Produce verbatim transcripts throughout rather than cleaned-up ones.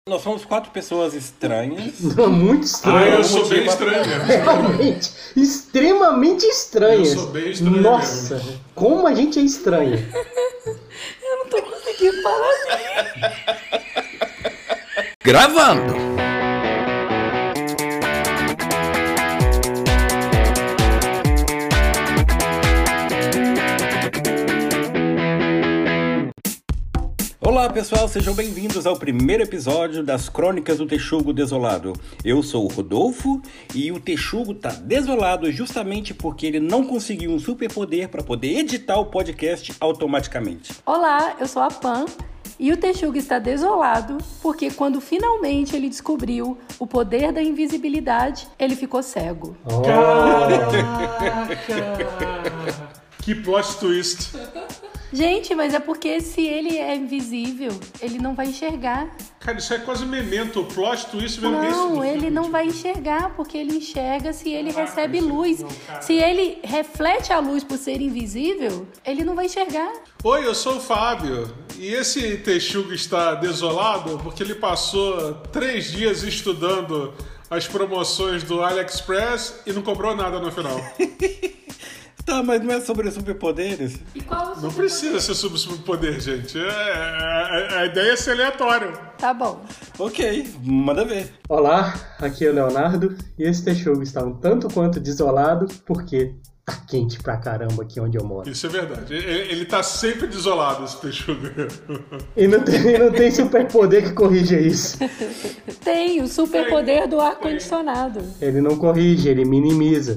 Nós somos quatro pessoas estranhas. Não, muito estranho. Ah, eu sou bem estranho mesmo. Realmente, extremamente estranhas. Eu sou bem estranho Nossa, mesmo. como a gente é estranho. Eu não tô conseguindo parar. Gravando! Olá pessoal, sejam bem-vindos ao primeiro episódio das Crônicas do Texugo Desolado. Eu sou o Rodolfo e o Texugo tá desolado justamente porque ele não conseguiu um superpoder para poder editar o podcast automaticamente. Olá, eu sou a Pan e o Texugo está desolado porque quando finalmente ele descobriu o poder da invisibilidade, ele ficou cego. Oh. Caraca! Que plot twist. Gente, mas é porque se ele é invisível, ele não vai enxergar. Cara, isso é quase memento. O plot twist mesmo. Não, ele não vai enxergar, porque ele enxerga se ele recebe luz. Se ele reflete a luz por ser invisível, ele não vai enxergar. Oi, eu sou o Fábio. E esse Texugo está desolado porque ele passou três dias estudando as promoções do AliExpress e não cobrou nada no final. Tá, mas não é sobre superpoderes? E qual o Não superpoder? precisa ser sobre superpoder, gente. É, a, a ideia é ser aleatório. Tá bom. Ok, manda ver. Olá, aqui é o Leonardo e esse Texugo está um tanto quanto desolado porque tá quente pra caramba aqui onde eu moro. Isso é verdade. Ele, ele tá sempre desolado, esse Texugo. E não tem, e não tem superpoder que corrija isso. Tem o superpoder do ar-condicionado. Ele não corrige, ele minimiza.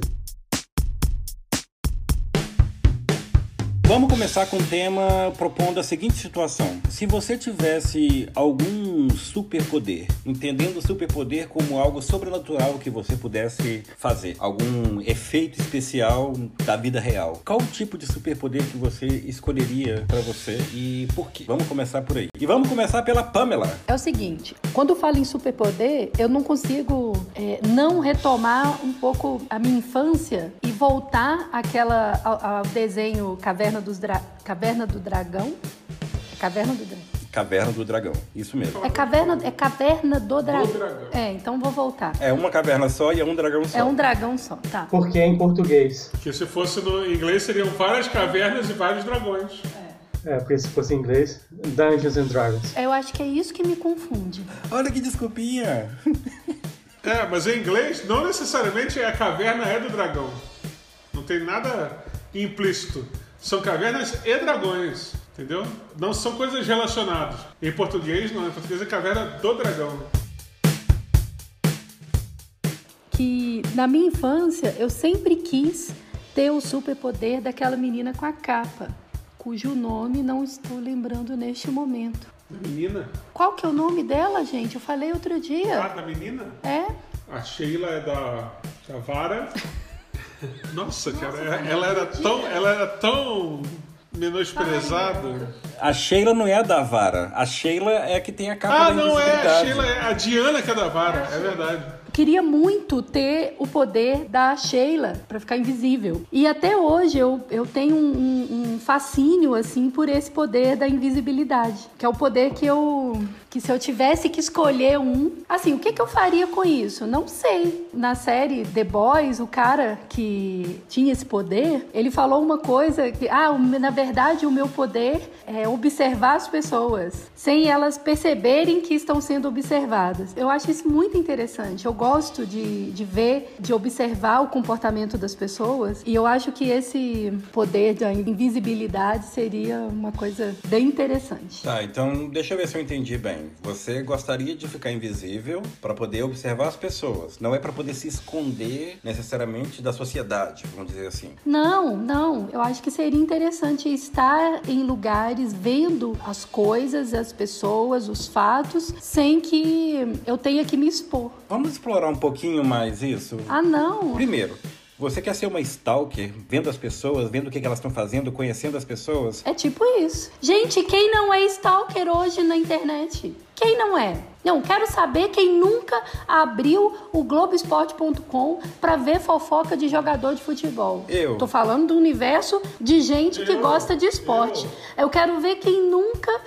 Vamos começar com o tema propondo a seguinte situação. Se você tivesse algum superpoder, entendendo o superpoder como algo sobrenatural que você pudesse fazer, algum efeito especial da vida real, qual o tipo de superpoder que você escolheria pra você e por quê? Vamos começar por aí. E vamos começar pela Pamela. É o seguinte, quando eu falo em superpoder, eu não consigo é, não retomar um pouco a minha infância e voltar àquela, ao, ao desenho Caverna, dos Dra... Caverna do Dragão. É Caverna do Dragão. Caverna do Dragão, isso mesmo. É Caverna, é caverna do, dra... Do Dragão. É, então vou voltar. É uma caverna só e é um dragão só. É um dragão só, tá. Porque é em português. Que se fosse no inglês seriam várias cavernas e vários dragões. É, porque se fosse em inglês, Dungeons and Dragons. Eu acho que é isso que me confunde. Olha que desculpinha. É, mas em inglês não necessariamente a caverna é do dragão. Não tem nada implícito. São cavernas e dragões, entendeu? Não são coisas relacionadas. Em português não, em português é caverna do dragão. Que na minha infância eu sempre quis ter o superpoder daquela menina com a capa, cujo nome não estou lembrando neste momento. Menina? Qual que é o nome dela, gente? Eu falei outro Ah, dia. da menina? É? A Sheila é da, da vara. Nossa, cara, ela era tão, ela era tão menosprezada. A Sheila não é a da vara. A Sheila é a que tem a capa Ah, da não é, a invisibilidade. Sheila é a Diana que é da vara, é verdade. Queria muito ter o poder da Sheila pra ficar invisível. E até hoje eu, eu tenho um, um, um fascínio, assim, por esse poder da invisibilidade. Que é o poder que eu... Que se eu tivesse que escolher um... Assim, o que, que eu faria com isso? Não sei. Na série The Boys, o cara que tinha esse poder, ele falou uma coisa que... Ah, na verdade, o meu poder é observar as pessoas. Sem elas perceberem que estão sendo observadas. Eu acho isso muito interessante. Eu gosto de, de ver, de observar o comportamento das pessoas. E eu acho que esse poder da invisibilidade seria uma coisa bem interessante. Tá, então deixa eu ver se eu entendi bem. Você gostaria de ficar invisível para poder observar as pessoas. Não é para poder se esconder necessariamente da sociedade, vamos dizer assim. Não, não. Eu acho que seria interessante estar em lugares vendo as coisas, as pessoas, os fatos, sem que eu tenha que me expor. Vamos explorar um pouquinho mais isso? Ah, não. Primeiro, você quer ser uma stalker, vendo as pessoas, vendo o que elas estão fazendo, conhecendo as pessoas? É tipo isso. Gente, quem não é stalker hoje na internet? Quem não é? Não, quero saber quem nunca abriu o Globoesporte ponto com pra ver fofoca de jogador de futebol. Eu. Tô falando do universo de gente que Eu. gosta de esporte. Eu quero ver quem nunca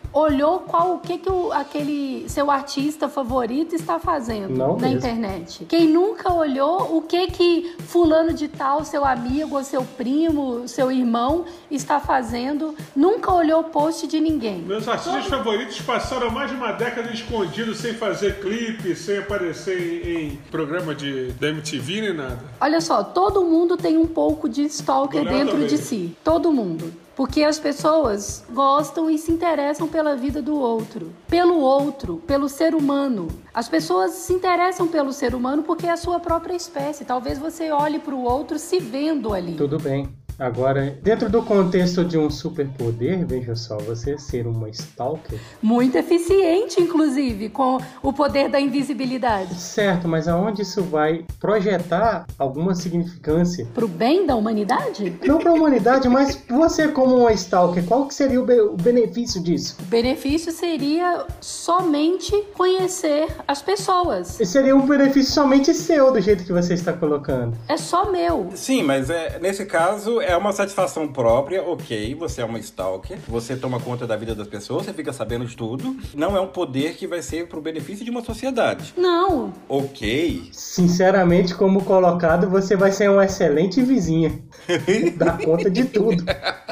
olhou qual, o que, que o, aquele seu artista favorito está fazendo Não na mesmo. internet? Quem nunca olhou o que que fulano de tal, seu amigo, ou seu primo, seu irmão está fazendo, nunca olhou o post de ninguém. Meus artistas Todo... favoritos passaram mais de uma década escondidos, sem fazer clipe, sem aparecer em, em programa de, da M T V nem nada. Olha só, todo mundo tem um pouco de stalker Do Léo dentro também. de si. Todo mundo. Porque as pessoas gostam e se interessam pela vida do outro. Pelo outro, pelo ser humano. As pessoas se interessam pelo ser humano porque é a sua própria espécie. Talvez você olhe para o outro se vendo ali. Tudo bem. Agora, dentro do contexto de um superpoder, veja só, você ser uma stalker... Muito eficiente, inclusive, com o poder da invisibilidade. Certo, mas aonde isso vai projetar alguma significância? Pro bem da humanidade? Não para a humanidade, mas você como uma stalker, qual que seria o, be- o benefício disso? O benefício seria somente conhecer as pessoas. E seria um benefício somente seu, do jeito que você está colocando. É só meu. Sim, mas é, nesse caso é uma satisfação própria, ok, você é uma stalker, você toma conta da vida das pessoas, você fica sabendo de tudo. Não é um poder que vai ser pro benefício de uma sociedade. Não. Ok. Sinceramente, como colocado, você vai ser uma excelente vizinha. Dá conta de tudo.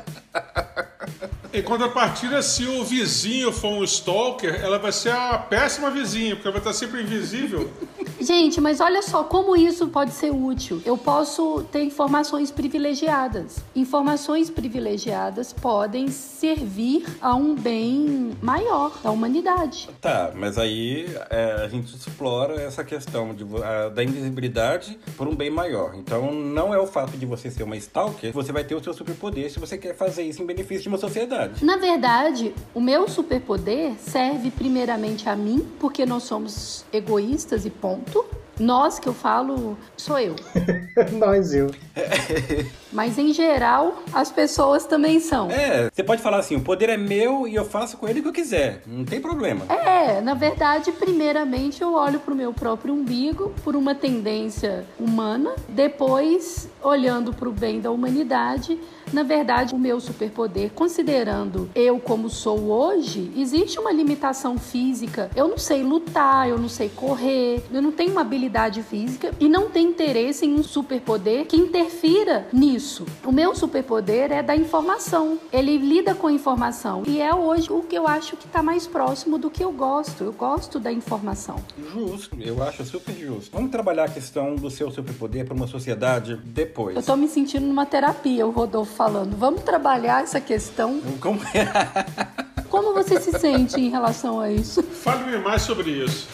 Em contrapartida, se o vizinho for um stalker, ela vai ser a péssima vizinha, porque ela vai estar sempre invisível. Gente, mas olha só como isso pode ser útil. Eu posso ter informações privilegiadas. Informações privilegiadas podem servir a um bem maior da humanidade. Tá, mas aí é, a gente explora essa questão de, a, da invisibilidade por um bem maior. Então não é o fato de você ser uma stalker, você vai ter o seu superpoder se você quer fazer isso em benefício de uma sociedade. Na verdade, o meu superpoder serve primeiramente a mim, porque nós somos egoístas e ponto. Nós, que eu falo, sou eu. Nós, eu. Mas, em geral, as pessoas também são. É, você pode falar assim, o poder é meu e eu faço com ele o que eu quiser. Não tem problema. É, na verdade, primeiramente eu olho pro meu próprio umbigo, por uma tendência humana. Depois, olhando pro bem da humanidade, na verdade, o meu superpoder, considerando eu como sou hoje, existe uma limitação física. Eu não sei lutar, eu não sei correr, eu não tenho uma habilidade física e não tenho interesse em um superpoder que interfira nisso. O meu superpoder é da informação. Ele lida com informação e é hoje o que eu acho que está mais próximo do que eu gosto. Eu gosto da informação. Justo, eu acho super justo. Vamos trabalhar a questão do seu superpoder para uma sociedade depois. Eu tô me sentindo numa terapia, o Rodolfo falando. Vamos trabalhar essa questão. Como Como você se sente em relação a isso? Fale-me mais sobre isso.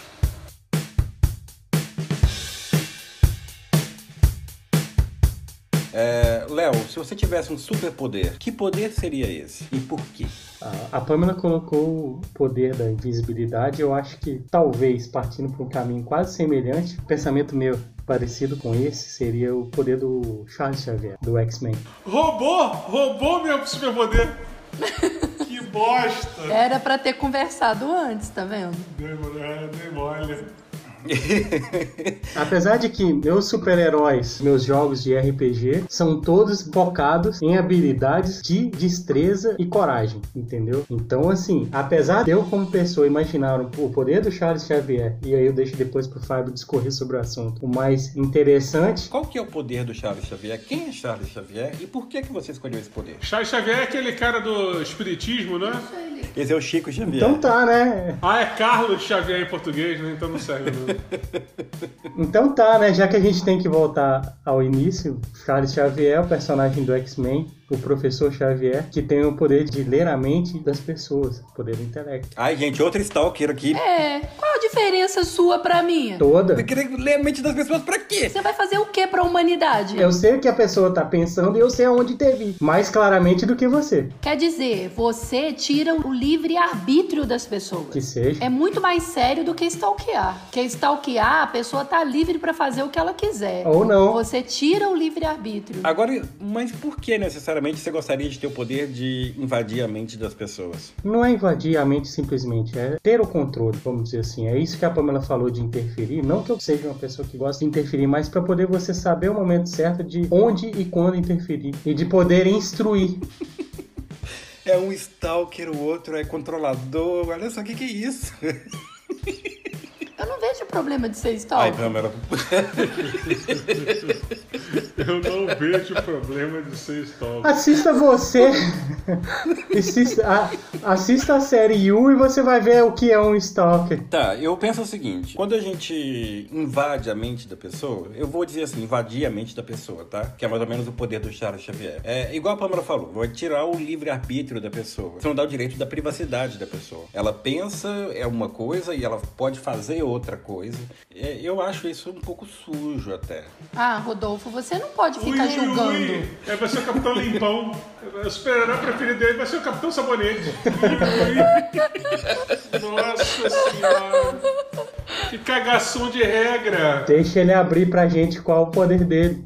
É, Léo, se você tivesse um superpoder, que poder seria esse? E por quê? A Pamela colocou o poder da invisibilidade. Eu acho que talvez partindo para um caminho quase semelhante, pensamento meu parecido com esse seria o poder do Charles Xavier, do X-Men. Roubou! Roubou meu superpoder! Que bosta! Era pra ter conversado antes, tá vendo? Dei mole, dei mole. Apesar de que meus super-heróis, meus jogos de R P G, são todos focados em habilidades de destreza e coragem, entendeu? Então, assim, apesar de eu como pessoa imaginar o poder do Charles Xavier, e aí eu deixo depois pro Fábio discorrer sobre o assunto, o mais interessante... Qual que é o poder do Charles Xavier? Quem é Charles Xavier e por que que você escolheu esse poder? Charles Xavier é aquele cara do espiritismo, né? Esse é o Chico Xavier. Então tá, né? Ah, é Carlos Xavier em português, né? Então não serve, não. Então tá, né? Já que a gente tem que voltar ao início, Charles Xavier, o personagem do X-Men, o professor Xavier, que tem o poder de ler a mente das pessoas, o poder do intelecto. Ai, gente, outro stalker aqui. É, qual a diferença sua pra minha? Toda. Você querer ler a mente das pessoas pra quê? Você vai fazer o que pra humanidade? Eu sei o que a pessoa tá pensando e eu sei aonde intervir. Mais claramente do que você. Quer dizer, você tira o livre-arbítrio das pessoas. Que seja. É muito mais sério do que stalkear. Porque stalkear, a pessoa tá livre pra fazer o que ela quiser. Ou não. Você tira o livre-arbítrio. Agora, mas por que necessariamente você gostaria de ter o poder de invadir a mente das pessoas? Não é invadir a mente simplesmente, é ter o controle, vamos dizer assim. É isso que a Pamela falou de interferir. Não que eu seja uma pessoa que gosta de interferir, mas para poder você saber o momento certo de onde e quando interferir. E de poder instruir. é um stalker, o outro é controlador. Olha só, o que, que é isso? Eu não vejo problema de ser stalker. Ai, Pamela. Eu não vejo problema de ser stalker. Assista você. assista, a, assista a série You e você vai ver o que é um stalker. Tá, eu penso o seguinte. Quando a gente invade a mente da pessoa, eu vou dizer assim, invadir a mente da pessoa, tá? Que é mais ou menos o poder do Charles Xavier. É igual a Pamela falou, vai tirar o livre-arbítrio da pessoa. Você não dá o direito da privacidade da pessoa. Ela pensa é uma coisa e ela pode fazer outra coisa. É, eu acho isso um pouco sujo até. Ah, Rodolfo, você não pode ficar Ui, ui, julgando. ui. É, vai ser o Capitão Limpão. O super-herói preferido dele vai ser o Capitão Sabonete. Ui, ui. Nossa Senhora. Que cagação de regra. Deixa ele abrir pra gente qual é o poder dele.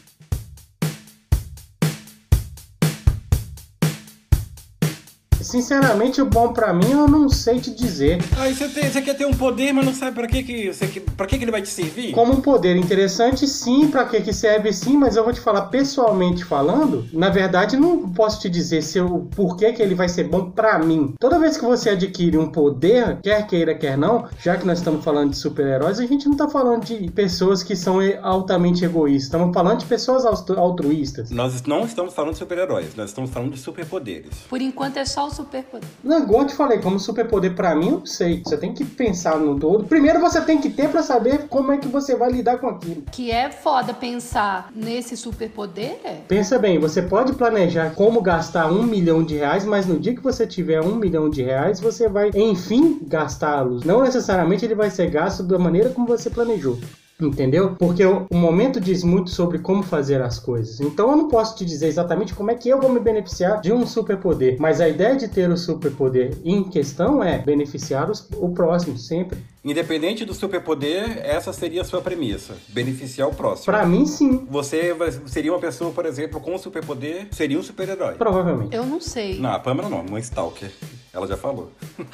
Sinceramente, o bom pra mim, eu não sei te dizer. Aí você, tem, você quer ter um poder, mas não sabe pra que, que, você, pra que, que ele vai te servir? Como um poder interessante, sim, pra que que serve, sim, mas eu vou te falar pessoalmente falando, na verdade, não posso te dizer se eu, por que que ele vai ser bom pra mim. Toda vez que você adquire um poder, quer queira, quer não, já que nós estamos falando de super-heróis, a gente não tá falando de pessoas que são altamente egoístas, estamos falando de pessoas altruístas. Nós não estamos falando de super-heróis, nós estamos falando de superpoderes. Por enquanto é só o superpoder. Não, igual eu te falei, como superpoder pra mim, eu não sei. Você tem que pensar no todo. Primeiro você tem que ter pra saber como é que você vai lidar com aquilo. Que é foda pensar nesse superpoder, é? Pensa bem, você pode planejar como gastar um milhão de reais, mas no dia que você tiver um milhão de reais, você vai, enfim, gastá-los. Não necessariamente ele vai ser gasto da maneira como você planejou. Entendeu? Porque o, o momento diz muito sobre como fazer as coisas. Então eu não posso te dizer exatamente como é que eu vou me beneficiar de um superpoder. Mas a ideia de ter o superpoder em questão é beneficiar os, o próximo, sempre. Independente do superpoder, essa seria a sua premissa. Beneficiar o próximo. Pra mim, sim. Você vai, seria uma pessoa, por exemplo, com um superpoder, seria um super-herói. Provavelmente. Eu não sei. Não, a Pamela não, uma stalker. Ela já falou.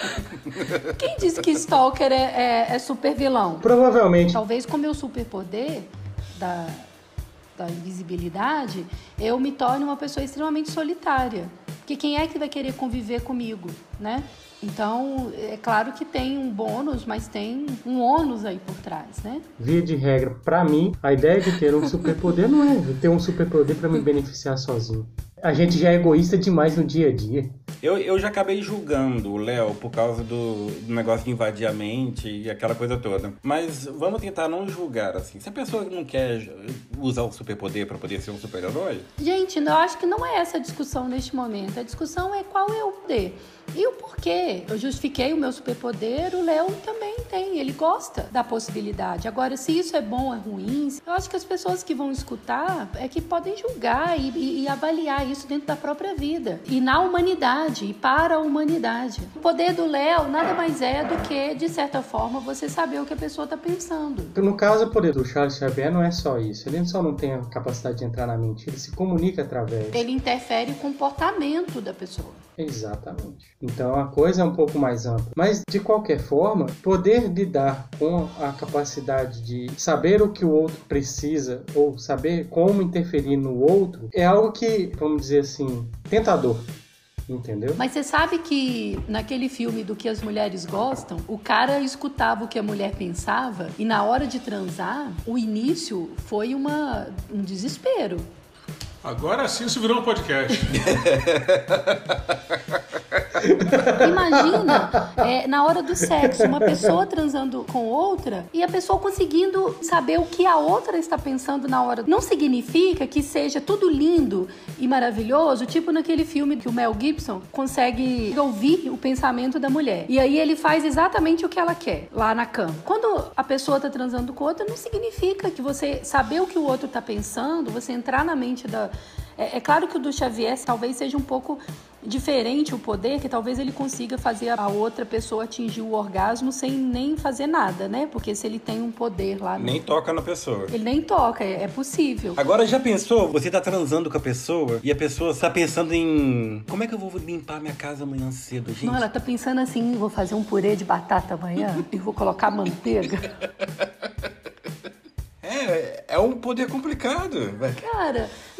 Quem disse que Stalker é, é, é super vilão? Provavelmente. Talvez com o meu superpoder da, da invisibilidade, eu me torne uma pessoa extremamente solitária. Porque quem é que vai querer conviver comigo, né? Então, é claro que tem um bônus, mas tem um ônus aí por trás, né? Via de regra, pra mim, a ideia de ter um superpoder não é ter um superpoder pra me beneficiar sozinho. A gente já é egoísta demais no dia a dia. Eu, eu já acabei julgando o Léo por causa do, do negócio de invadir a mente e aquela coisa toda. Mas vamos tentar não julgar, assim. Se a pessoa não quer usar o superpoder pra poder ser um super-herói... Gente, eu acho que não é essa a discussão neste momento. A discussão é qual é o poder. E o porquê? Eu justifiquei o meu superpoder, o Léo também tem. Ele gosta da possibilidade. Agora, se isso é bom ou é ruim, eu acho que as pessoas que vão escutar é que podem julgar e, e, e avaliar isso dentro da própria vida. E na humanidade, e para a humanidade. O poder do Léo nada mais é do que, de certa forma, você saber o que a pessoa está pensando. No caso, o poder do Charles Xavier não é só isso. Ele só não tem a capacidade de entrar na mente. Ele se comunica através. Ele interfere o comportamento da pessoa. Exatamente. Então a coisa é um pouco mais ampla. Mas, de qualquer forma, poder lidar com a capacidade de saber o que o outro precisa ou saber como interferir no outro é algo que, vamos dizer assim, tentador. Entendeu? Mas você sabe que naquele filme do que as mulheres gostam, o cara escutava o que a mulher pensava e na hora de transar, o início foi uma, um desespero. Agora sim isso virou um podcast. Imagina, é, na hora do sexo, uma pessoa transando com outra e a pessoa conseguindo saber o que a outra está pensando na hora. Não significa que seja tudo lindo e maravilhoso, tipo naquele filme que o Mel Gibson consegue ouvir o pensamento da mulher. E aí ele faz exatamente o que ela quer, lá na cama. Quando a pessoa está transando com outra, não significa que você saber o que o outro está pensando, você entrar na mente da... É, é claro que o do Xavier talvez seja um pouco diferente o poder, que talvez ele consiga fazer a outra pessoa atingir o orgasmo sem nem fazer nada, né? Porque se ele tem um poder lá... No... Nem toca na pessoa. Ele nem toca, é, é possível. Agora, já pensou? Você tá transando com a pessoa e a pessoa tá pensando em... Como é que eu vou limpar minha casa amanhã cedo, gente? Não, ela tá pensando assim, vou fazer um purê de batata amanhã e vou colocar manteiga. É, é um poder complicado. Cara,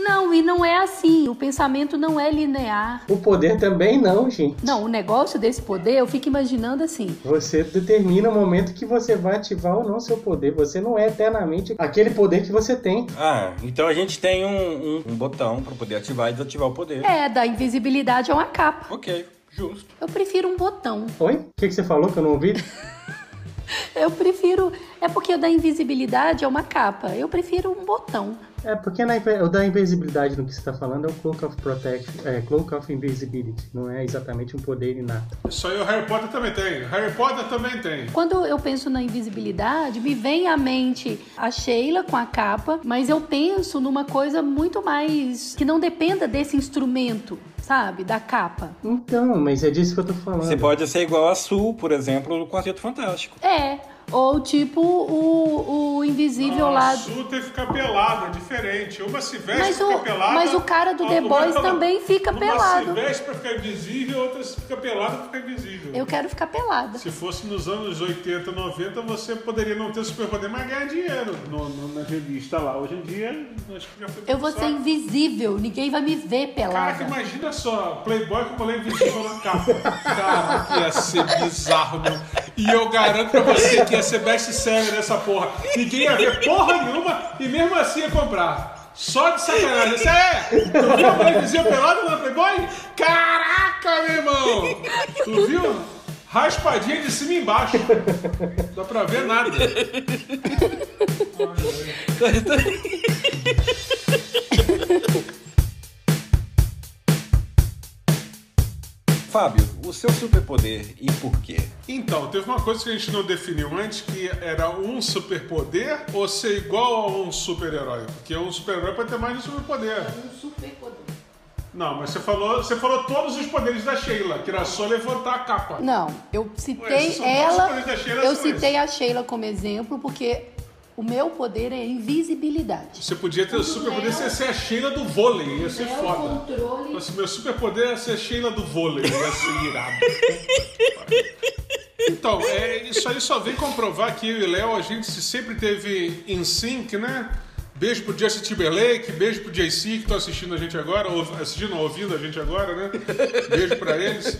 Não, e não é assim. O pensamento não é linear. O poder também não, gente. Não, o negócio desse poder, eu fico imaginando assim. Você determina o momento que você vai ativar ou não seu poder. Você não é eternamente aquele poder que você tem. Ah, então a gente tem um, um, um botão pra poder ativar e desativar o poder. É, da invisibilidade é uma capa. Ok, justo. Eu prefiro um botão. Oi? O que, que você falou que eu não ouvi? Eu prefiro... É porque o da invisibilidade é uma capa. Eu prefiro um botão. É porque na, o da invisibilidade no que você está falando é o Cloak of Protection, é Cloak of Invisibility, não é exatamente um poder inato. Isso aí o Harry Potter também tem. Harry Potter também tem. Quando eu penso na invisibilidade, me vem à mente a Sheila com a capa, mas eu penso numa coisa muito mais que não dependa desse instrumento, sabe? Da capa. Então, mas é disso que eu tô falando. Você pode ser igual a Sul, por exemplo, no Quarteto Fantástico. É. Ou tipo o, o invisível Não, lá. A Sue tem que ficar pelada, é diferente. Uma se veste Mas pra o- ficar pelada. mas o cara do The uma Boys pela- também fica uma pelado. Uma se veste pra ficar invisível, outra fica pelada pra ficar invisível. Eu quero ficar pelada. Se fosse nos anos oitenta, noventa, você poderia não ter superpoder, mas ganhar dinheiro no, no, na revista lá. Hoje em dia, acho que já foi Eu vou ser invisível, ninguém vai me ver pelada. Caraca, imagina só, Playboy com mulher invisível na capa. Cara, que ia ser bizarro, meu. E eu garanto pra você que ia ser best-seller nessa porra. Ninguém ia ver porra nenhuma e mesmo assim ia comprar. Só de sacanagem. Isso é! Tu viu a mulher invisível pelada na Playboy? Caraca, meu irmão! Tu viu? Raspadinha de cima e embaixo. Dá pra ver nada. Fábio, o seu superpoder e por quê? Então, teve uma coisa que a gente não definiu antes, que era um superpoder ou ser igual a um super-herói. Porque um super-herói pode ter mais de um superpoder. Um superpoder. Não, mas você falou, você falou todos os poderes da Sheila, que era só levantar a capa. Não, eu Ué, citei esses são todos os ela. poderes da Sheila, Eu são citei esses. a Sheila como exemplo porque o meu poder é invisibilidade. Você podia ter o superpoder de ser a Sheila do vôlei, ia ser Léo foda. controle. Nossa, meu superpoder é ser a Sheila do vôlei, ia ser irado. Então, é, isso aí só vem comprovar que eu e Léo, a gente sempre teve em sync, né? Beijo pro Justin Timberlake, beijo pro Jay Z que estão assistindo a gente agora, ou, assistindo, ou ouvindo a gente agora, né? Beijo pra eles.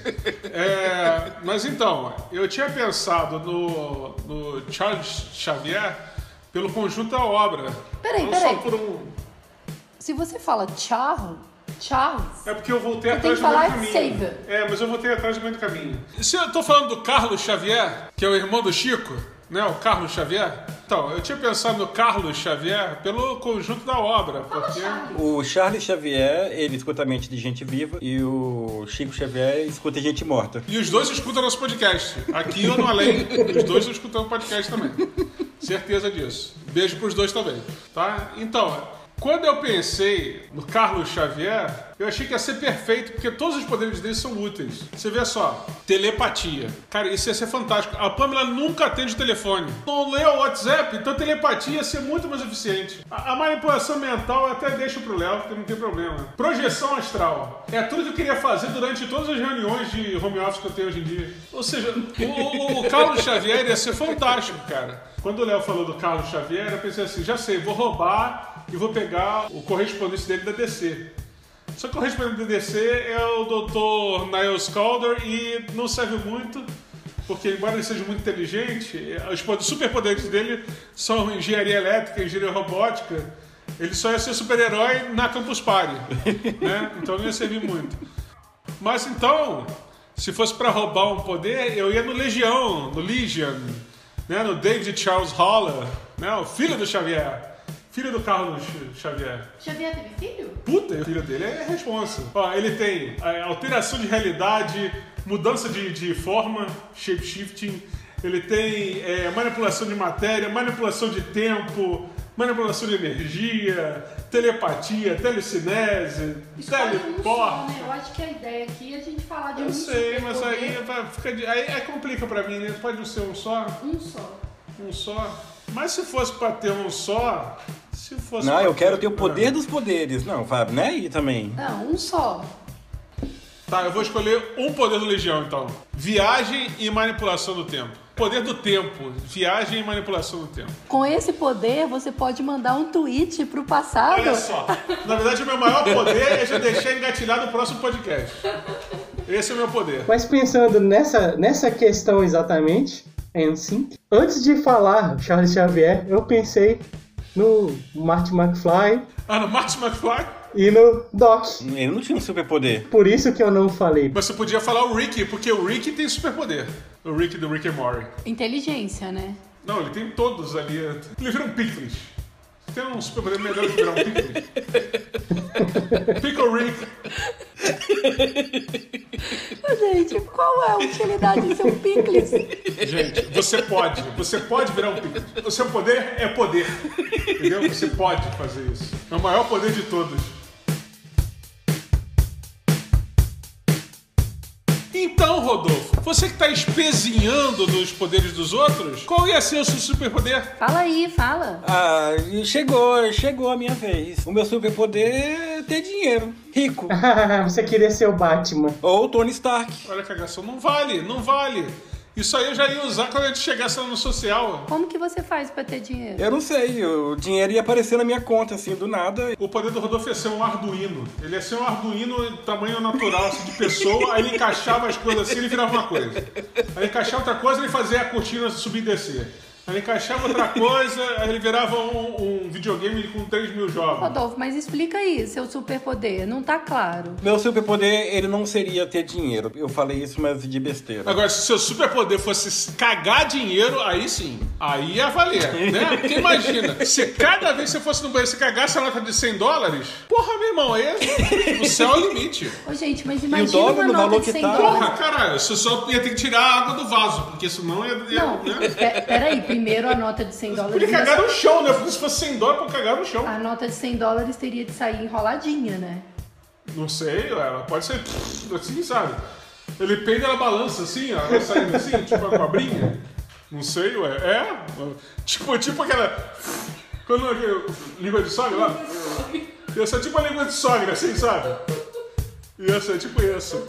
É, mas então, eu tinha pensado no, no Charles Xavier pelo conjunto da obra. Peraí, não peraí. só por um... Se você fala Charles, Charles, É porque eu voltei Você tem atrás que do meio do falar caminho. Savior. É, mas eu voltei atrás do meio do caminho. Se eu tô falando do Carlos Xavier, que é o irmão do Chico, né? O Carlos Xavier. Então, eu tinha pensado no Carlos Xavier pelo conjunto da obra, porque... O Charles Xavier, ele escuta a mente de gente viva e o Chico Xavier escuta gente morta. E os dois escutam nosso podcast. Aqui ou no além, os dois escutam o podcast também. Certeza disso. Beijo pros dois também, tá? Então, quando eu pensei no Carlos Xavier, eu achei que ia ser perfeito, porque todos os poderes dele são úteis. Você vê só, telepatia. Cara, isso ia ser fantástico. A Pamela nunca atende o telefone. Não lê o WhatsApp, então telepatia ia ser muito mais eficiente. A, a manipulação mental eu até deixo pro Léo, porque não tem problema. Projeção astral. É tudo que eu queria fazer durante todas as reuniões de home office que eu tenho hoje em dia. Ou seja, o, o, o Carlos Xavier ia ser fantástico, cara. Quando o Léo falou do Carlos Xavier, eu pensei assim, já sei, vou roubar e vou pegar o correspondente dele da D C. Só que o correspondente da D C é o doutor Niles Caulder e não serve muito, porque embora ele seja muito inteligente, os superpoderes dele são engenharia elétrica, engenharia robótica, ele só ia ser super-herói na Campus Party, né? Então não ia servir muito. Mas então, se fosse para roubar um poder, eu ia no Legião, no Legion, né? No David Charles Haller, né? O filho do Xavier. Filho do Carlos Xavier. Xavier teve filho? Puta, o filho dele é responsa. Ó, ele tem é, alteração de realidade, mudança de, de forma, shape-shifting. Ele tem é, manipulação de matéria, manipulação de tempo, manipulação de energia, telepatia, telecinese, teleporte. Eu acho que a ideia aqui é a gente falar de Eu um sei, mas aí, superpoder. vai, fica, de- aí, aí complica pra mim, né? Pode ser um só? Um só. Um só? Mas se fosse pra ter um só... Se fosse Não, pra eu quero ter o Ah. poder dos poderes. Não, Fábio, né? E também. Não, um só. Tá, eu vou escolher um poder do Legião, então. Viagem e manipulação do tempo. Poder do tempo. Viagem e manipulação do tempo. Com esse poder, você pode mandar um tweet pro passado. Olha só. Na verdade, o meu maior poder é já deixar engatilhado no próximo podcast. Esse é o meu poder. Mas pensando nessa, nessa questão exatamente, N Sync, antes de falar Charles Xavier, eu pensei no Marty McFly. Ah, no Marty McFly? E no Doc. Ele não tinha um superpoder. Por isso que eu não falei. Mas você podia falar o Rick, porque o Rick tem superpoder. O Rick do Rick and Morty. Inteligência, né? Não, ele tem todos ali. Ele vira um picles. Tem um superpoder melhor que virar um picles. Pickle Rick. Gente, qual é a utilidade de ser um picles? Gente, você pode. Você pode virar um picles. O seu poder é poder. Entendeu? Você pode fazer isso. É o maior poder de todos. Então, Rodolfo, você que está espezinhando dos poderes dos outros, qual ia ser o seu superpoder? Fala aí, fala. Ah, chegou, chegou a minha vez. O meu superpoder é ter dinheiro. Rico. Você queria ser o Batman. Ou o Tony Stark. Olha a cagação, não vale, não vale. Isso aí eu já ia usar quando a gente chegasse lá no social. Como que você faz pra ter dinheiro? Eu não sei, o dinheiro ia aparecer na minha conta, assim, do nada. O poder do Rodolfo ia ser um Arduino. Ele ia ser um Arduino tamanho natural, assim, de pessoa. Aí ele encaixava as coisas assim e ele virava uma coisa. Aí ele encaixava outra coisa e ele fazia a cortina subir e descer. Aí ele encaixava outra coisa, aí ele virava um, um videogame com três mil jogos. Rodolfo, mas explica aí, seu superpoder. Não tá claro. Meu superpoder, ele não seria ter dinheiro. Eu falei isso, mas de besteira. Agora, se o seu superpoder fosse cagar dinheiro, aí sim. Aí ia valer, né? Porque imagina, se cada vez que você fosse no banheiro, você cagasse a nota de cem dólares, porra, meu irmão, aí o céu é o limite. Ô, gente, mas imagina dólar uma no nota valor de que cem tá? dólares. Porra, caralho, você só ia ter que tirar a água do vaso, porque senão ia... ia Não, né? pe- peraí, primeiro a nota de cem dólares... Podia cagar no chão, né? Porque se fosse cem dólares, pra cagar no chão. A nota de cem dólares teria de sair enroladinha, né? Não sei, ela pode ser assim, sabe? Ele pende, ela balança assim, ó, ela saindo assim, tipo uma cobrinha. Não sei, ué. É? Tipo, tipo aquela... Quando eu... língua de sogra lá? Ia ser tipo a língua de sogra, assim, sabe? Ia ser tipo isso.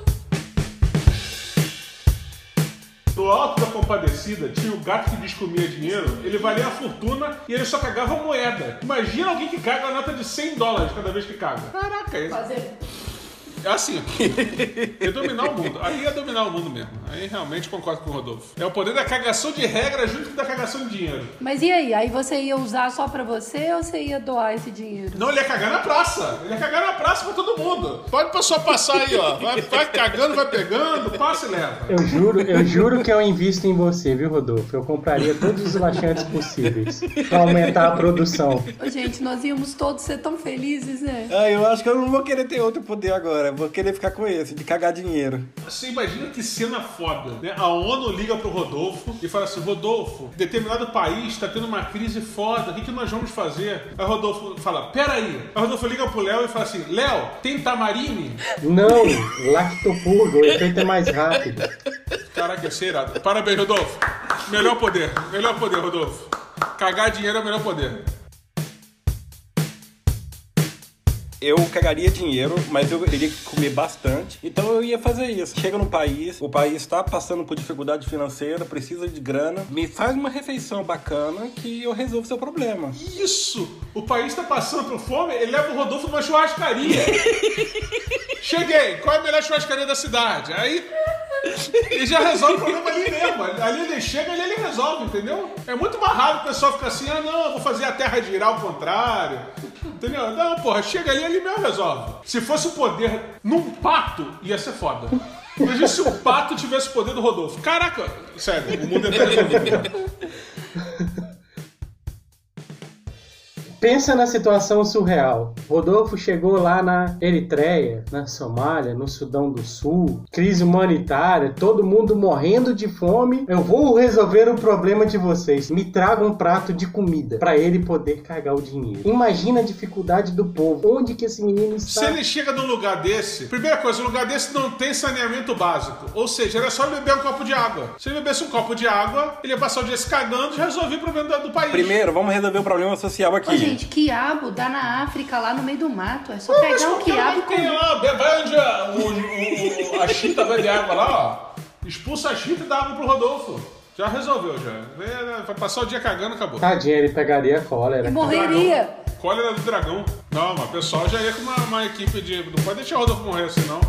No Alto da Compadecida tinha o gato que descomia dinheiro, ele valia a fortuna e ele só cagava moeda. Imagina alguém que caga a nota de cem dólares cada vez que caga. Caraca, isso. Fazer... É assim, ó. Ia dominar o mundo. Aí ia dominar o mundo mesmo. Aí realmente concordo com o Rodolfo. É o poder da cagação de regra junto com da cagação de dinheiro. Mas e aí? Aí você ia usar só pra você ou você ia doar esse dinheiro? Não, ele ia cagar na praça. Ele ia cagar na praça pra todo mundo. Pode só passar aí, ó. Vai, vai cagando, vai pegando, passa e leva. Eu juro, eu juro que eu invisto em você, viu, Rodolfo? Eu compraria todos os laxantes possíveis pra aumentar a produção. Ô, gente, nós íamos todos ser tão felizes, né? Ah, eu acho que eu não vou querer ter outro poder agora. Eu vou querer ficar com esse, de cagar dinheiro. Você imagina que cena foda, né? A ONU liga pro Rodolfo e fala assim, Rodolfo, determinado país tá tendo uma crise foda, o que, que nós vamos fazer? Aí o Rodolfo fala, peraí. Aí o Rodolfo liga pro Léo e fala assim, Léo, tem tamarine? Não, lactopurga, o efeito é mais rápido. Caraca, ia ser irado. Parabéns, Rodolfo. Melhor poder, melhor poder, Rodolfo. Cagar dinheiro é o melhor poder. Eu cagaria dinheiro, mas eu teria que comer bastante. Então eu ia fazer isso. Chega no país, o país está passando por dificuldade financeira, precisa de grana. Me faz uma refeição bacana que eu resolvo seu problema. Isso! O país tá passando por fome, ele leva o Rodolfo numa churrascaria. Cheguei, qual é a melhor churrascaria da cidade? Aí ele já resolve o problema ali mesmo. Ali ele chega e ele resolve, entendeu? É muito mais raro o pessoal ficar assim, ah não, eu vou fazer a terra girar ao contrário. Entendeu? Não, porra, chega ali, ele mesmo resolve. Se fosse o poder num pato, ia ser foda. Imagina se o pato tivesse o poder do Rodolfo. Caraca, sério, o mundo é resolvido. Pensa na situação surreal. Rodolfo chegou lá na Eritreia, na Somália, no Sudão do Sul, crise humanitária, todo mundo morrendo de fome. Eu vou resolver o problema de vocês. Me traga um prato de comida para ele poder cagar o dinheiro. Imagina a dificuldade do povo. Onde que esse menino está? Se ele chega num lugar desse, primeira coisa, um lugar desse não tem saneamento básico. Ou seja, era só ele beber um copo de água. Se ele bebesse um copo de água, ele ia passar o dia se cagando e resolver o problema do país. Primeiro, vamos resolver o problema social aqui. Ô, gente, quiabo dá na África, lá no meio do mato. É só Não, pegar um quiabo e tem comer. lá, vai onde a, o, o, a chita vai de água lá, ó. Expulsa a chita e dá água pro Rodolfo. Já resolveu, já. Vai passar o dia cagando, acabou. Tadinho, ele pegaria cólera. E morreria. Dragão. Cólera do dragão. Não, mas o pessoal já ia com uma, uma equipe de... Não pode deixar o Rodolfo morrer assim, não.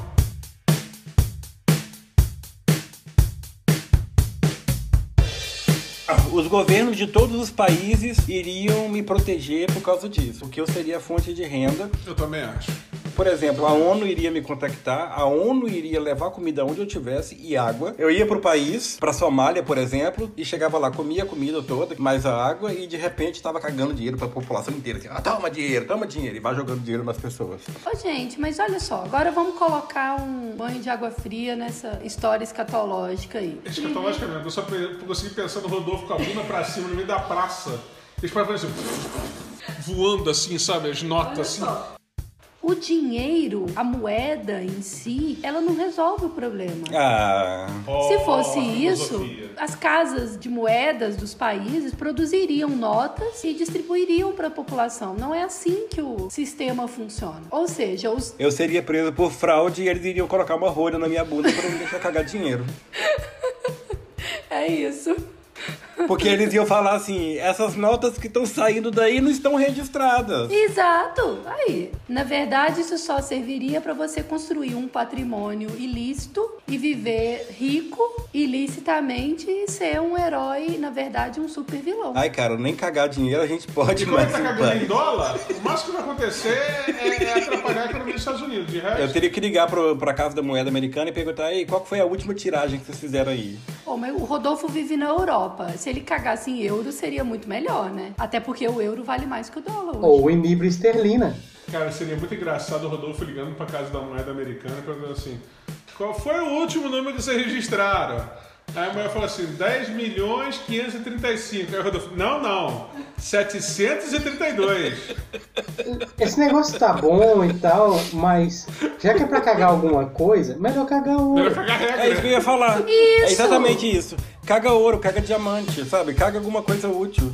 Os governos de todos os países iriam me proteger por causa disso, porque eu seria fonte de renda. Eu também acho. Por exemplo, a ONU iria me contactar, a ONU iria levar comida onde eu tivesse e água. Eu ia pro país, pra Somália, por exemplo, e chegava lá, comia a comida toda, mais a água, e de repente tava cagando dinheiro pra população inteira. Assim, ah, toma dinheiro, toma dinheiro, e vai jogando dinheiro nas pessoas. Ô, gente, mas olha só, agora vamos colocar um banho de água fria nessa história escatológica aí. Escatológica mesmo, eu só consegui pensar no Rodolfo com a bunda pra cima, no meio da praça. Eles podem fazer assim, voando assim, sabe, as notas assim. O dinheiro, a moeda em si, ela não resolve o problema. Ah. Se fosse Oh, isso, filosofia. as casas de moedas dos países produziriam notas e distribuiriam para a população. Não é assim que o sistema funciona. Ou seja, os... Eu seria preso por fraude e eles iriam colocar uma rolha na minha bunda pra não me deixar cagar dinheiro. É isso. Porque eles iam falar assim, essas notas que estão saindo daí não estão registradas. Exato. Aí, na verdade, isso só serviria para você construir um patrimônio ilícito e viver rico ilicitamente e ser um herói, na verdade, um super vilão. Ai, cara, nem cagar dinheiro a gente pode E como mais. ele tá cagando em dólar, o máximo que vai acontecer é, é atrapalhar a economia dos Estados Unidos. De resto, Eu teria que ligar pro, pra Casa da Moeda Americana e perguntar, ei, qual que foi a última tiragem que vocês fizeram aí? Pô, mas o Rodolfo vive na Europa. Se ele cagasse em euro, seria muito melhor, né? Até porque o euro vale mais que o dólar hoje. Ou em libra esterlina. cara, seria muito engraçado o Rodolfo ligando pra Casa da Moeda Americana e perguntando assim, qual foi o último número que vocês registraram? Aí a mulher falou assim, dez milhões quinhentos e trinta e cinco. Aí o Rodolfo, não, não, setecentos e trinta e dois. Esse negócio tá bom e tal, mas já que é pra cagar alguma coisa, melhor cagar ouro. Melhor cagar regra. É isso que eu ia falar. Isso. É exatamente isso. Caga ouro, caga diamante, sabe? Caga alguma coisa útil.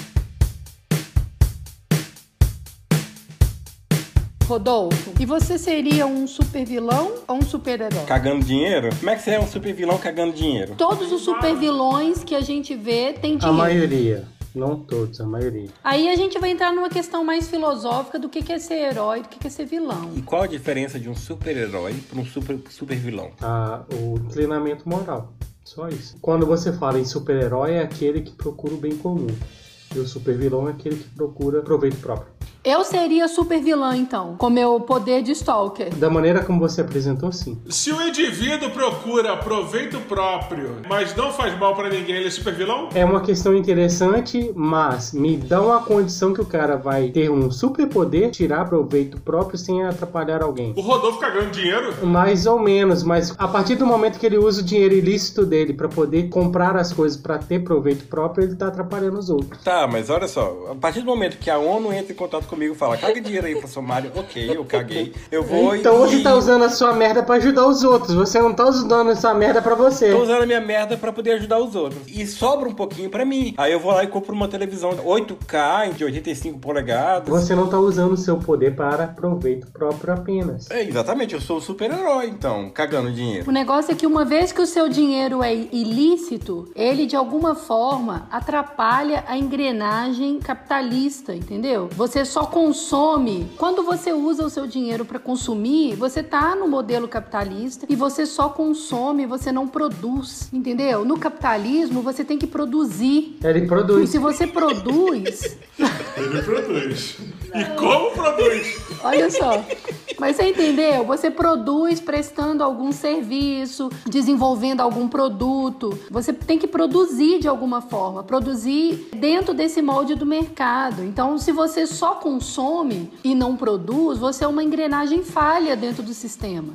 Rodolfo, e você seria um super vilão ou um super herói? Cagando dinheiro? Como é que você é um super vilão cagando dinheiro? Todos os super vilões que a gente vê têm A dinheiro. maioria. Não todos, a maioria. Aí a gente vai entrar numa questão mais filosófica do que é ser herói, do que é ser vilão. E qual a diferença de um super-herói para um super, super vilão? Ah, o inclinamento moral. Só isso. Quando você fala em super-herói, é aquele que procura o bem comum. E o super-vilão é aquele que procura proveito próprio. Eu seria super vilã, então, com meu poder de stalker. Da maneira como você apresentou, sim. Se o indivíduo procura proveito próprio, mas não faz mal pra ninguém, ele é super vilão? É uma questão interessante, mas me dá uma condição que o cara vai ter um superpoder, tirar proveito próprio sem atrapalhar alguém. O Rodolfo cagando dinheiro? Mais ou menos, mas a partir do momento que ele usa o dinheiro ilícito dele pra poder comprar as coisas pra ter proveito próprio, ele tá atrapalhando os outros. Tá, mas olha só, a partir do momento que a ONU entra em contato comigo e fala, caga dinheiro aí pra Somália, ok, eu caguei, eu vou Então e... você tá usando a sua merda pra ajudar os outros, você não tá usando a sua merda pra você. Tô usando a minha merda pra poder ajudar os outros. E sobra um pouquinho pra mim. Aí eu vou lá e compro uma televisão oito K de oitenta e cinco polegadas. Você não tá usando o seu poder para proveito próprio apenas. É, exatamente, eu sou o super-herói, então, cagando dinheiro. O negócio é que uma vez que o seu dinheiro é ilícito, ele de alguma forma atrapalha a engrenagem capitalista, entendeu? Você só consome. Quando você usa o seu dinheiro para consumir, você tá no modelo capitalista e você só consome, você não produz, entendeu? No capitalismo, você tem que produzir. Ele E produz. se você produz, Ele produz. E como produz? olha só. Mas você entendeu? Você produz prestando algum serviço, desenvolvendo algum produto. Você tem que produzir de alguma forma, produzir dentro desse molde do mercado. Então, se você só consome e não produz, você é uma engrenagem falha dentro do sistema.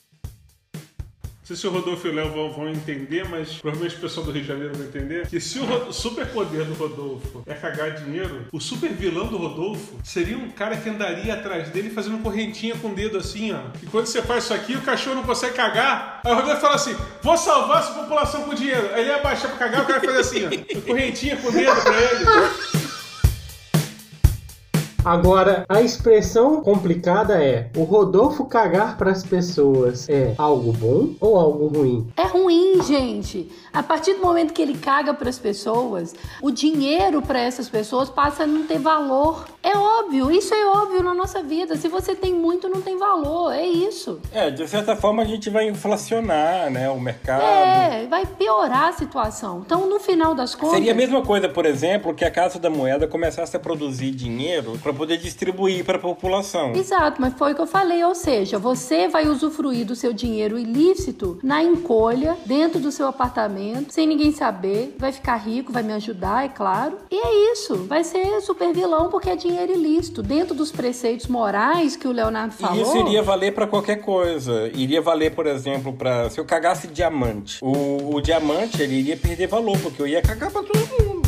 Não sei se o Rodolfo e o Léo vão, vão entender, mas provavelmente o pessoal do Rio de Janeiro vai entender que se o, Ro- o superpoder do Rodolfo é cagar dinheiro, o super vilão do Rodolfo seria um cara que andaria atrás dele fazendo correntinha com o dedo assim, ó. E quando você faz isso aqui, o cachorro não consegue cagar. Aí o Rodolfo fala assim, vou salvar essa população com dinheiro. Aí ele ia abaixar pra cagar, o cara faz assim, ó. Correntinha com o dedo pra ele. Agora, a expressão complicada é: o Rodolfo cagar para as pessoas é algo bom ou algo ruim? É ruim, gente. A partir do momento que ele caga para as pessoas, o dinheiro para essas pessoas passa a não ter valor. É óbvio, isso é óbvio na nossa vida. Se você tem muito, não tem valor. É isso. É, de certa forma a gente vai inflacionar, né, o mercado. É, vai piorar a situação. Então, no final das contas... Seria a mesma coisa, por exemplo, que a Casa da Moeda começasse a produzir dinheiro para poder distribuir para a população. Exato, mas foi o que eu falei. Ou seja, você vai usufruir do seu dinheiro ilícito na encolha, dentro do seu apartamento, sem ninguém saber. Vai ficar rico, vai me ajudar, é claro. E é isso. Vai ser super vilão porque é dinheiro ilícito. Dentro dos preceitos morais que o Leonardo falou... E isso iria valer para qualquer coisa. Iria valer, por exemplo, para se eu cagasse diamante. O, o diamante, ele iria perder valor, porque eu ia cagar para todo mundo.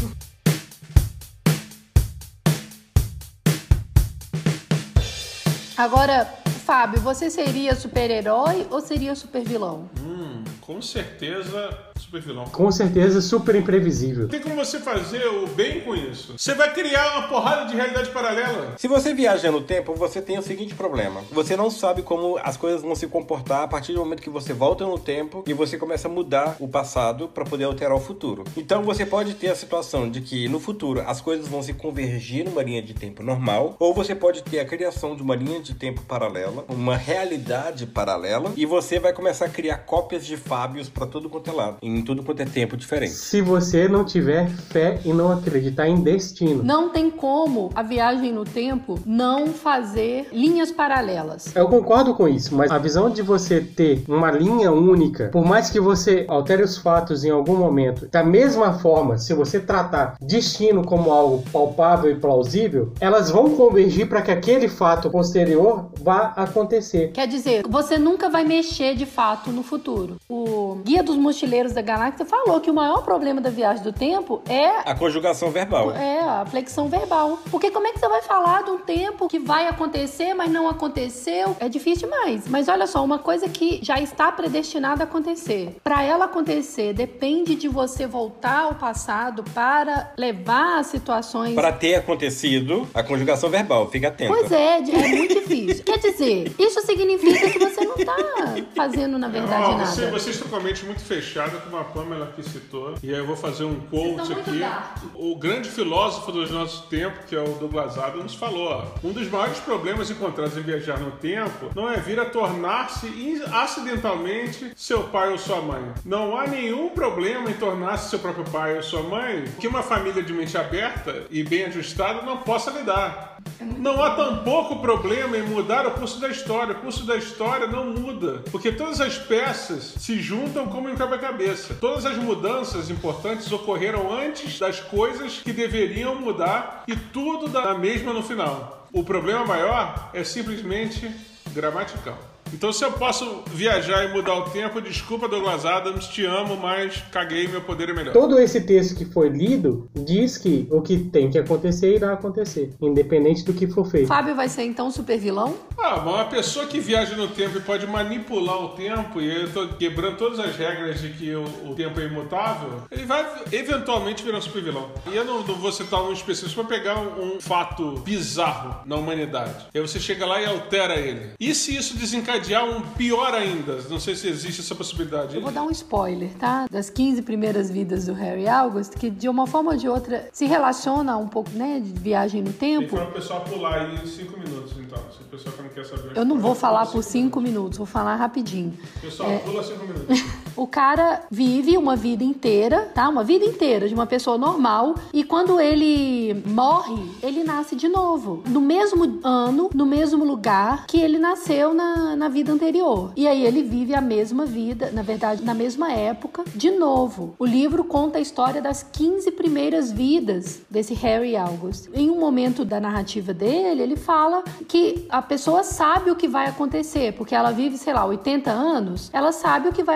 Agora, Fábio, você seria super-herói ou seria super-vilão? Hum, com certeza super vilão. Com certeza super imprevisível. Tem como você fazer o bem com isso. Você vai criar uma porrada de realidade paralela. Se você viaja no tempo, você tem o seguinte problema. Você não sabe como as coisas vão se comportar a partir do momento que você volta no tempo e você começa a mudar o passado para poder alterar o futuro. Então você pode ter a situação de que no futuro as coisas vão se convergir numa linha de tempo normal, ou você pode ter a criação de uma linha de tempo paralela, uma realidade paralela, e você vai começar a criar cópias de Fábios para todo quanto é lado, em tudo quanto é tempo diferente. Se você não tiver fé e não acreditar em destino. Não tem como a viagem no tempo não fazer linhas paralelas. Eu concordo com isso, mas a visão de você ter uma linha única, por mais que você altere os fatos em algum momento, da mesma forma, se você tratar destino como algo palpável e plausível, elas vão convergir para que aquele fato posterior vá acontecer. Quer dizer, você nunca vai mexer de fato no futuro. O Guia dos Mochileiros da Galáxia falou que o maior problema da viagem do tempo é... a conjugação verbal. É, a flexão verbal. Porque como é que você vai falar de um tempo que vai acontecer, mas não aconteceu? É difícil demais. Mas olha só, uma coisa que já está predestinada a acontecer. Para ela acontecer, depende de você voltar ao passado para levar as situações... Para ter acontecido a conjugação verbal. Fica atento. Pois é, é muito difícil. Quer dizer, isso significa que você não está fazendo, na verdade, oh, nada. Você, vocês estão com a mente muito fechada, como a Pamela aqui citou. E aí eu vou fazer um quote aqui. Dark. O grande filósofo dos nossos tempos, que é o Douglas Adams, falou: ó, um dos maiores problemas encontrados em viajar no tempo não é vir a tornar-se acidentalmente seu pai ou sua mãe. Não há nenhum problema em tornar-se seu próprio pai ou sua mãe que uma família de mente aberta e bem ajustada não possa lidar. Não há tampouco problema em mudar o curso da história. O curso da história não muda, porque todas as peças se juntam como em quebra-cabeça. Todas as mudanças importantes ocorreram antes das coisas que deveriam mudar e tudo dá na mesma no final. O problema maior é simplesmente gramatical. Então, se eu posso viajar e mudar o tempo, desculpa, Douglas Adams, te amo, mas caguei, meu poder é melhor. Todo esse texto que foi lido diz que o que tem que acontecer irá acontecer, independente do que for feito. Fábio vai ser então super vilão? Ah, mas uma pessoa que viaja no tempo e pode manipular o tempo, e eu tô quebrando todas as regras de que o, o tempo é imutável, ele vai eventualmente virar um super vilão. E eu não, não vou citar um específico para pegar um, um fato bizarro na humanidade. E aí você chega lá e altera ele. E se isso desencadear um pior ainda? Não sei se existe essa possibilidade. Eu vou dar um spoiler, tá? Das quinze primeiras vidas do Harry August, que de uma forma ou de outra se relaciona um pouco, né, de viagem no tempo. Tem que falar pro pessoal pular aí em cinco minutos, então. Se o pessoal não quer saber... Eu não vou falar por cinco minutos, vou falar rapidinho. Pessoal, é... pula cinco minutos. O cara vive uma vida inteira, tá? Uma vida inteira de uma pessoa normal, e quando ele morre, ele nasce de novo. No mesmo ano, no mesmo lugar que ele nasceu na, na vida anterior. E aí ele vive a mesma vida, na verdade, na mesma época, de novo. O livro conta a história das quinze primeiras vidas desse Harry August. Em um momento da narrativa dele, ele fala que a pessoa sabe o que vai acontecer, porque ela vive, sei lá, oitenta anos, ela sabe o que vai acontecer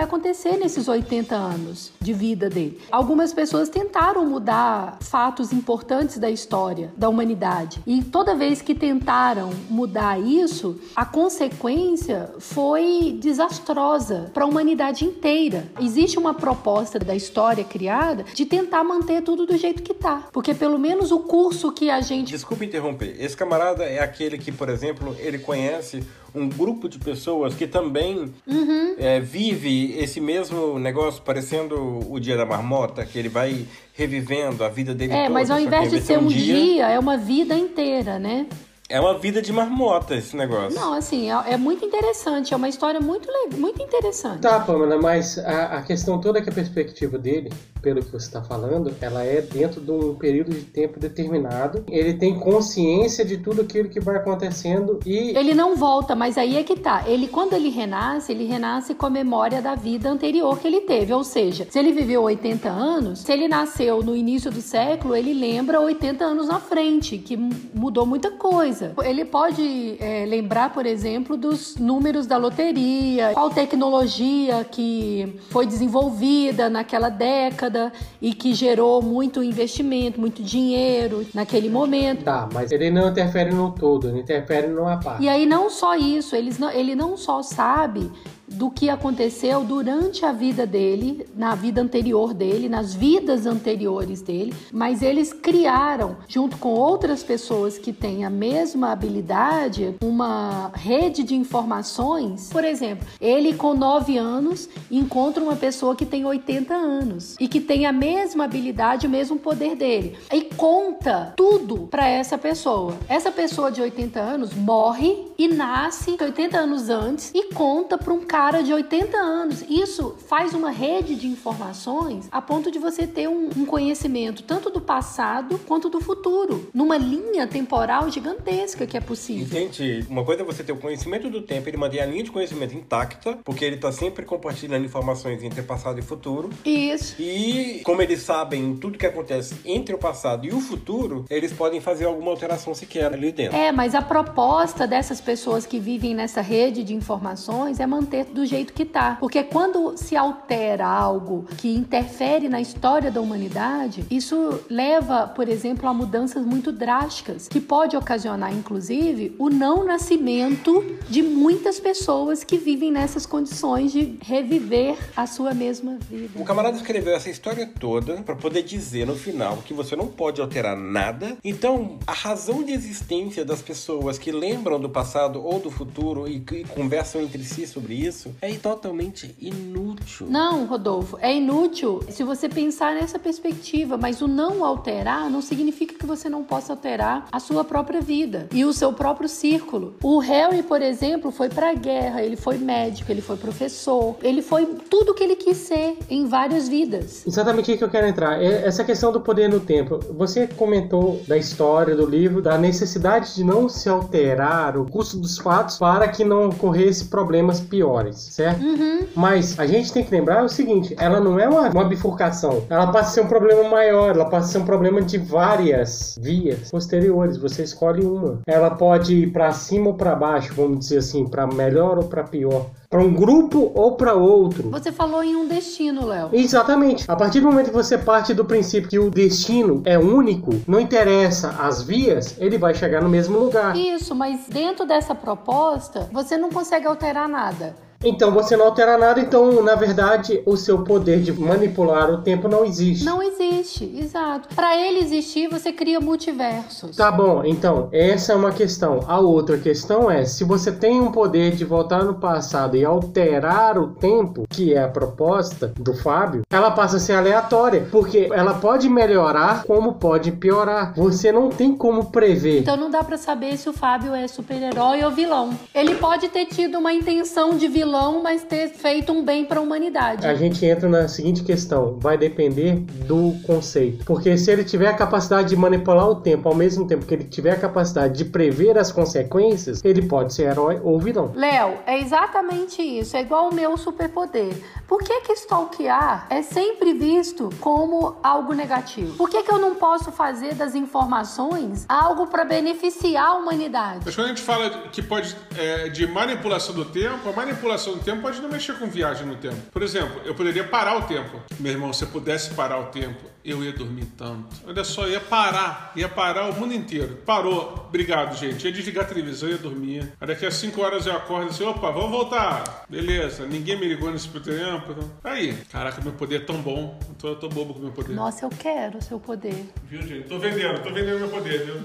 acontecer nesses oitenta anos de vida dele. Algumas pessoas tentaram mudar fatos importantes da história da humanidade. E toda vez que tentaram mudar isso, a consequência foi desastrosa para a humanidade inteira. Existe uma proposta da história criada de tentar manter tudo do jeito que tá. Porque pelo menos o curso que a gente... Desculpa interromper. Esse camarada é aquele que, por exemplo, ele conhece um grupo de pessoas que também uhum. é, vive esse mesmo negócio, parecendo o Dia da Marmota, que ele vai revivendo a vida dele É, toda. mas ao invés de ser um dia... dia, é uma vida inteira, né? É uma vida de marmota esse negócio. Não, assim, é, é muito interessante. É uma história muito, muito interessante. Tá, Pamela, mas a, a questão toda é que a perspectiva dele, pelo que você está falando, ela é dentro de um período de tempo determinado. Ele tem consciência de tudo aquilo que vai acontecendo e... Ele não volta, mas aí é que tá. Ele, quando ele renasce, ele renasce com a memória da vida anterior que ele teve. Ou seja, se ele viveu oitenta anos, se ele nasceu no início do século, ele lembra oitenta anos na frente, que mudou muita coisa. Ele pode é, lembrar, por exemplo, dos números da loteria, qual tecnologia que foi desenvolvida naquela década e que gerou muito investimento, muito dinheiro naquele momento. Tá, mas ele não interfere no todo, ele interfere numa parte. E aí não só isso, eles não, ele não só sabe do que aconteceu durante a vida dele, na vida anterior dele, nas vidas anteriores dele, mas eles criaram, junto com outras pessoas que têm a mesma habilidade, uma rede de informações. Por exemplo, ele com nove anos encontra uma pessoa que tem oitenta anos e que tem a mesma habilidade, o mesmo poder dele. E conta tudo para essa pessoa. Essa pessoa de oitenta anos morre e nasce oitenta anos antes e conta para um cara cara de oitenta anos. Isso faz uma rede de informações a ponto de você ter um, um conhecimento tanto do passado quanto do futuro, numa linha temporal gigantesca que é possível. Entendi. Uma coisa é você ter o conhecimento do tempo, ele mantém a linha de conhecimento intacta, porque ele tá sempre compartilhando informações entre passado e futuro. Isso. E como eles sabem tudo que acontece entre o passado e o futuro, eles podem fazer alguma alteração sequer ali dentro. É, mas a proposta dessas pessoas que vivem nessa rede de informações é manter do jeito que tá. Porque quando se altera algo que interfere na história da humanidade, isso leva, por exemplo, a mudanças muito drásticas, que pode ocasionar, inclusive, o não nascimento de muitas pessoas que vivem nessas condições de reviver a sua mesma vida. O camarada escreveu essa história toda para poder dizer no final que você não pode alterar nada. Então, a razão de existência das pessoas que lembram do passado ou do futuro e que conversam entre si sobre isso é totalmente inútil. Não, Rodolfo, é inútil se você pensar nessa perspectiva, mas o não alterar não significa que você não possa alterar a sua própria vida e o seu próprio círculo. O Harry, por exemplo, foi pra guerra, ele foi médico, ele foi professor, ele foi tudo que ele quis ser em várias vidas. Exatamente o que eu quero entrar. Essa questão do poder no tempo. Você comentou da história do livro, da necessidade de não se alterar o curso dos fatos para que não ocorresse problemas piores, certo? Uhum. Mas a gente tem que lembrar o seguinte, ela não é uma, uma bifurcação, ela passa a ser um problema maior, ela passa a ser um problema de várias vias posteriores, você escolhe uma. Ela pode ir para cima ou para baixo, vamos dizer assim, para melhor ou para pior. Para um grupo ou para outro. Você falou em um destino, Léo. Exatamente. A partir do momento que você parte do princípio que o destino é único, não interessa as vias, ele vai chegar no mesmo lugar. Isso, mas dentro dessa proposta, você não consegue alterar nada. Então você não altera nada, então na verdade o seu poder de manipular o tempo não existe. Não existe, exato. Para ele existir, você cria multiversos. Tá bom, então essa é uma questão. A outra questão é, se você tem um poder de voltar no passado e alterar o tempo, que é a proposta do Fábio, ela passa a ser aleatória, porque ela pode melhorar como pode piorar. Você não tem como prever. Então não dá para saber se o Fábio é super-herói ou vilão. Ele pode ter tido uma intenção de vilão, mas ter feito um bem para a humanidade. A gente entra na seguinte questão, vai depender do conceito, porque se ele tiver a capacidade de manipular o tempo ao mesmo tempo que ele tiver a capacidade de prever as consequências, ele pode ser herói ou vilão. Léo, é exatamente isso, é igual o meu superpoder. Por que que stalkear é sempre visto como algo negativo? Por que que eu não posso fazer das informações algo para beneficiar a humanidade? Mas quando a gente fala que pode é, de manipulação do tempo, a manipulação manipulação do tempo pode não mexer com viagem no tempo. Por exemplo, eu poderia parar o tempo. Meu irmão, se eu pudesse parar o tempo, eu ia dormir tanto. Olha só, ia parar. Ia parar o mundo inteiro. Parou. Obrigado, gente. Ia desligar a televisão e ia dormir. Aí daqui a cinco horas eu acordo assim, opa, vamos voltar. Beleza, ninguém me ligou nesse tempo. Aí, caraca, meu poder é tão bom. Eu tô, eu tô bobo com o meu poder. Nossa, eu quero o seu poder. Viu, gente? Tô vendendo, tô vendendo meu poder, viu?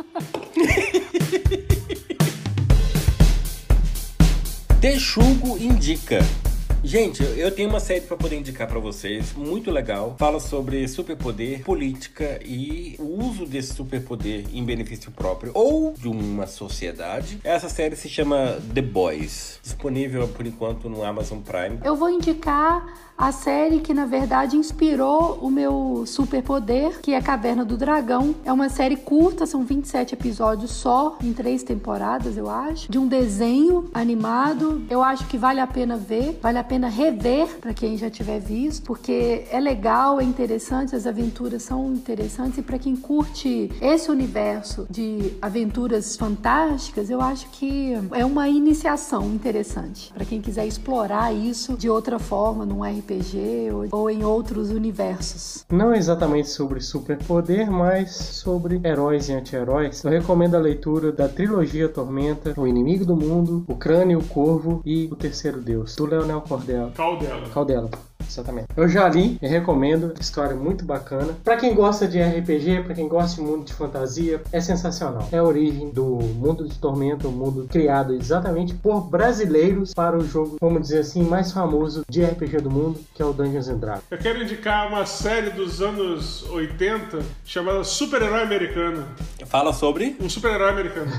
Texugo indica. Gente, eu tenho uma série para poder indicar para vocês, muito legal. Fala sobre superpoder, política e o uso desse superpoder em benefício próprio ou de uma sociedade. Essa série se chama The Boys, disponível por enquanto no Amazon Prime. Eu vou indicar a série que, na verdade, inspirou o meu superpoder, que é Caverna do Dragão. É uma série curta, são vinte e sete episódios só, em três temporadas, eu acho. De um desenho animado. Eu acho que vale a pena ver, vale a pena rever, para quem já tiver visto, porque é legal, é interessante, as aventuras são interessantes. E para quem curte esse universo de aventuras fantásticas, eu acho que é uma iniciação interessante. Para quem quiser explorar isso de outra forma, num R P G ou em outros universos. Não exatamente sobre superpoder, mas sobre heróis e anti-heróis. Eu recomendo a leitura da trilogia Tormenta, O Inimigo do Mundo, O Crânio, o Corvo e O Terceiro Deus, do Leonel Caldela. Caldela. Caldela. Exatamente. Eu já li e recomendo, história muito bacana. Pra quem gosta de R P G, pra quem gosta de mundo de fantasia, é sensacional. É a origem do mundo de Tormenta, um mundo criado exatamente por brasileiros para o jogo, vamos dizer assim, mais famoso de R P G do mundo, que é o Dungeons and Dragons. Eu quero indicar uma série dos anos oitenta chamada Super-Herói Americano. Fala sobre... Um super-herói americano.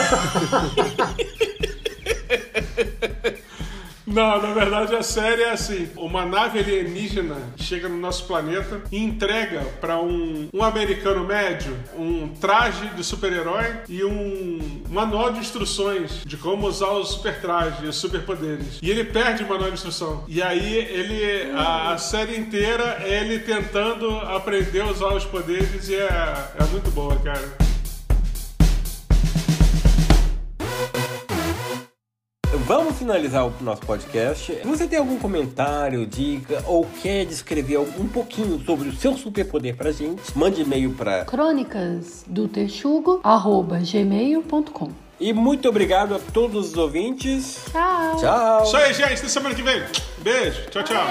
Não, na verdade a série é assim, uma nave alienígena chega no nosso planeta e entrega para um, um americano médio um traje de super-herói e um manual de instruções de como usar o super traje e os superpoderes. E ele perde o manual de instrução. E aí ele, a, a série inteira é ele tentando aprender a usar os poderes e é, é muito boa, cara. Vamos finalizar o nosso podcast. Se você tem algum comentário, dica ou quer descrever um pouquinho sobre o seu superpoder pra gente, mande e-mail pra crônicas do texugo arroba gmail ponto com. E muito obrigado a todos os ouvintes. Tchau. Tchau. Isso aí, gente. Até semana que vem. Beijo. Tchau, tchau.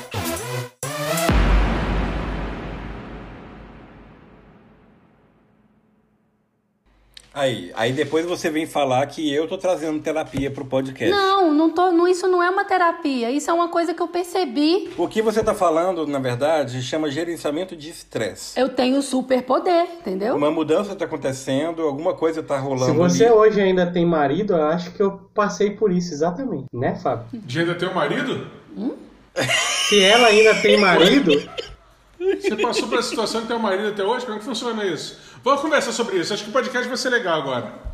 Aí, aí depois você vem falar que eu tô trazendo terapia pro podcast. Não, não tô, não, isso não é uma terapia. Isso é uma coisa que eu percebi. O que você tá falando, na verdade, chama gerenciamento de estresse. Eu tenho superpoder, entendeu? Uma mudança tá acontecendo, alguma coisa tá rolando. Se você ali. hoje ainda tem marido, eu acho que eu passei por isso exatamente. Né, Fábio? De ainda ter um marido? Hum? Se ela ainda tem marido... Você passou por essa situação de ter um marido até hoje? Como é que funciona isso? Vamos conversar sobre isso. Acho que o podcast vai ser legal agora.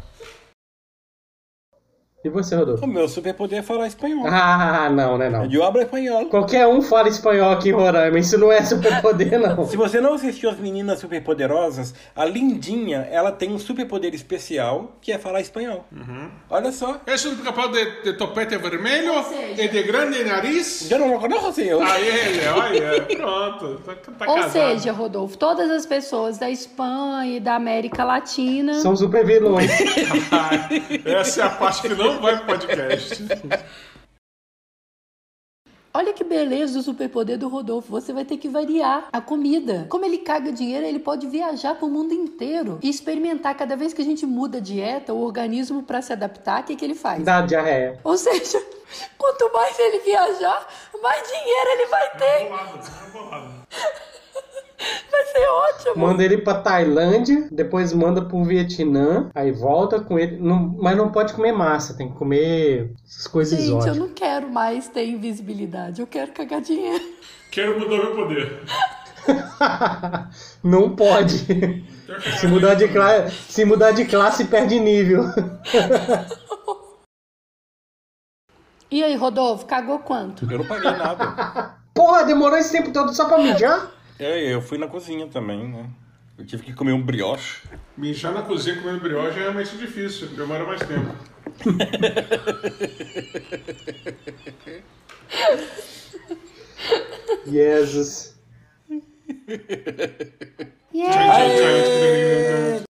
E você, Rodolfo? O meu superpoder é falar espanhol. Ah, não, né não. Eu hablo espanhol. Qualquer um fala espanhol aqui em Roraima, isso não é superpoder, não. Se você não assistiu As Meninas Superpoderosas, a Lindinha, ela tem um superpoder especial, que é falar espanhol. Uhum. Olha só. É um capaz de, de topete vermelho e de grande nariz? Eu não conheço, senhor. Ah, ele, olha, pronto. Tá, tá Ou casado. seja, Rodolfo, todas as pessoas da Espanha e da América Latina... São super vilões. Essa é a parte que não vai pro podcast. Olha que beleza do superpoder do Rodolfo. Você vai ter que variar a comida. Como ele caga dinheiro, ele pode viajar pro mundo inteiro e experimentar. Cada vez que a gente muda a dieta, o organismo, para se adaptar, o que, que ele faz? Dá diarreia. Ou seja, quanto mais ele viajar, mais dinheiro ele vai ter. É bolado, é bolado. Vai ser ótimo. Manda ele pra Tailândia, depois manda pro Vietnã, aí volta com ele. Não, mas não pode comer massa, tem que comer essas coisas Gente, exóticas. eu não quero mais ter invisibilidade. Eu quero cagar dinheiro. Quero mudar meu poder. Não pode. Se mudar de classe, se mudar de classe perde nível. E aí, Rodolfo, cagou quanto? Eu não paguei nada. Porra, demorou esse tempo todo só pra mijar? É, eu fui na cozinha também, né? Eu tive que comer um brioche. Mijar na cozinha comendo brioche é realmente difícil, demora mais tempo. Jesus. Yeah.